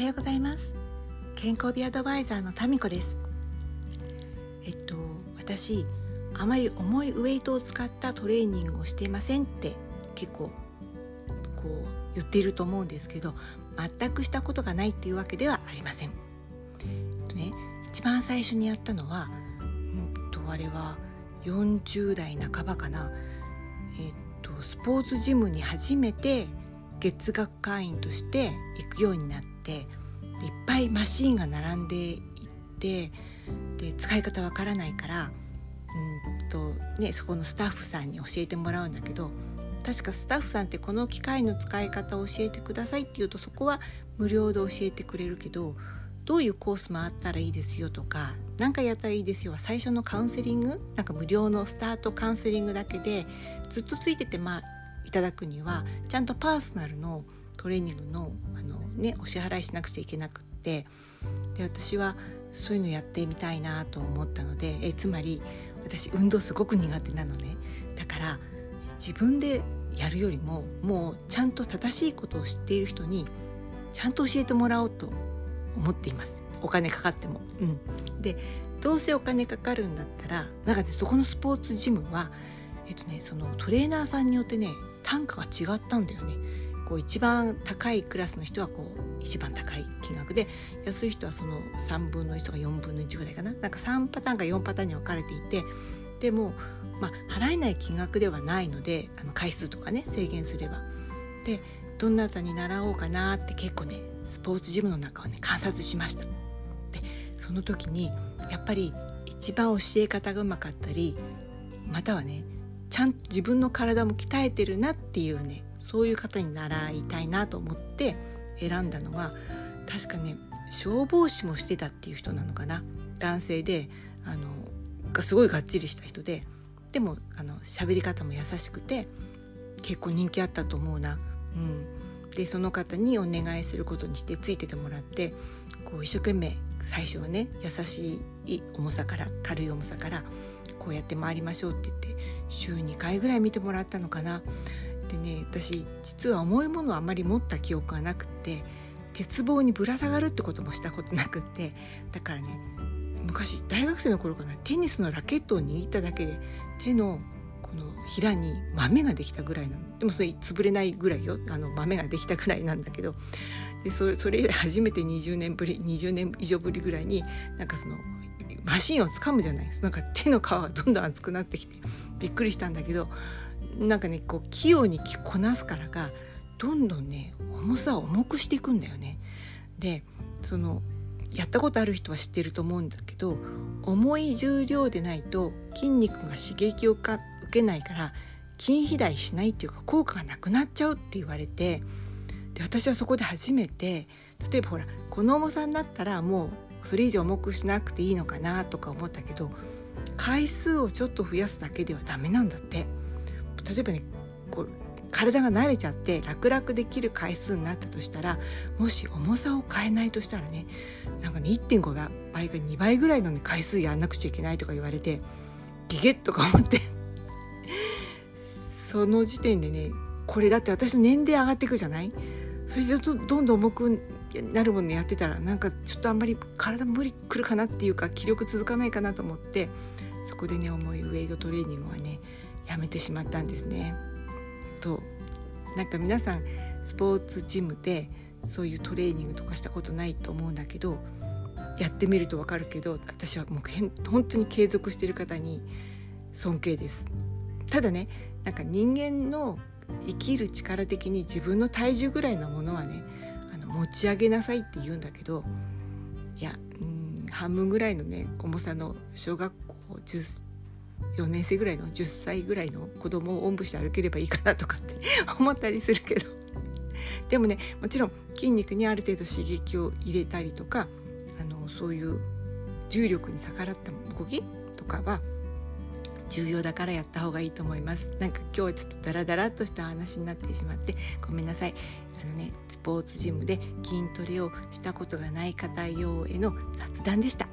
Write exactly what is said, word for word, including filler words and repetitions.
ようございます。健康美アドバイザーのタミコです。えっと私あまり重いウェイトを使ったトレーニングをしていませんって結構こう言っていると思うんですけど、全くしたことがないっていうわけではありません。えっとね、一番最初にやったのは、うんとあれはよんじゅう代半ばかな。えっとスポーツジムに初めて月額会員として行くようになって、いっぱいマシーンが並んでいって、で使い方わからないからうんと、ね、そこのスタッフさんに教えてもらうんだけど、確かスタッフさんってこの機械の使い方を教えてくださいって言うと、そこは無料で教えてくれるけど、どういうコース回ったらいいですよとか、何回やったらいいですよは最初のカウンセリング、なんか無料のスタートカウンセリングだけでずっとついてて、まあいただくにはちゃんとパーソナルのトレーニングの、あの、ね、お支払いしなくちゃいけなくって、で私はそういうのやってみたいなと思ったので、えつまり私運動すごく苦手なのね。だから自分でやるよりも、もうちゃんと正しいことを知っている人にちゃんと教えてもらおうと思っています。お金かかっても、うん、でどうせお金かかるんだったら、なんかね、そこのスポーツジムはえっとね、そのトレーナーさんによってね、単価が違ったんだよね。こう一番高いクラスの人はこう一番高い金額で、安い人はそのさんぶんのいちとかよんぶんのいちぐらいかな。なんかさんパターンかよんパターンに分かれていて、でも、まあ、払えない金額ではないので、あの回数とかね制限すれば。でどんな方に習おうかなって結構ね、スポーツジムの中をね観察しました。でその時にやっぱり一番教え方がうまかったり、またはねちゃんと自分の体も鍛えてるなっていうね、そういう方に習いたいなと思って選んだのが、確かね消防士もしてたっていう人なのかな。男性で、あのがすごいがっちりした人で、でもあの喋り方も優しくて結構人気あったと思うな。うん、でその方にお願いすることにしてついててもらって、こう一生懸命最初はね、優しい重さから軽い重さからこうやって回りましょうって言って週にかいぐらい見てもらったのかな。でね、私実は重いものをあまり持った記憶がなくって、鉄棒にぶら下がるってこともしたことなくって、だからね、昔大学生の頃かな、テニスのラケットを握っただけで手のこのひらに豆ができたぐらいなの。でもそれ潰れないぐらいよ、あの豆ができたぐらいなんだけど、で そ, それ以来初めてにじゅうねんぶりにじゅうねん以上ぶりぐらいになんかそのマシンを掴むじゃない。なんか手の皮がどんどん熱くなってきてびっくりしたんだけど、なんかねこう器用にこなすからがどんどんね重さを重くしていくんだよね。でそのやったことある人は知ってると思うんだけど、重い重量でないと筋肉が刺激を受けないから筋肥大しないっていうか効果がなくなっちゃうって言われて、で私はそこで初めて、例えばほらこの重さになったらもうそれ以上重くしなくていいのかなとか思ったけど、回数をちょっと増やすだけではダメなんだって。例えばね、こう体が慣れちゃって楽々できる回数になったとしたら、もし重さを変えないとしたらね、なんかね いってんごばいかにばいぐらいの、ね、回数やんなくちゃいけないとか言われて、ギゲッとか思ってその時点でね、これだって私の年齢上がっていくじゃない。それでどんどん重くなるものやってたら、なんかちょっとあんまり体無理くるかなっていうか、気力続かないかなと思って、そこでね重いウェイトトレーニングはねやめてしまったんですね。となんか皆さんスポーツジムでそういうトレーニングとかしたことないと思うんだけど、やってみると分かるけど、私はもう本当に継続している方に尊敬です。ただね、なんか人間の生きる力的に自分の体重ぐらいのものはね、あの持ち上げなさいって言うんだけど、いや、うん、半分ぐらいのね重さの小学校じゅうよねん生ぐらいのじゅっさいぐらいの子供をおんぶして歩ければいいかなとかって思ったりするけどでもね、もちろん筋肉にある程度刺激を入れたりとか、あのそういう重力に逆らった動きとかは重要だからやった方がいいと思います。なんか今日はちょっとダラダラっとした話になってしまってごめんなさい。あのね、スポーツジムで筋トレをしたことがない方用への雑談でした。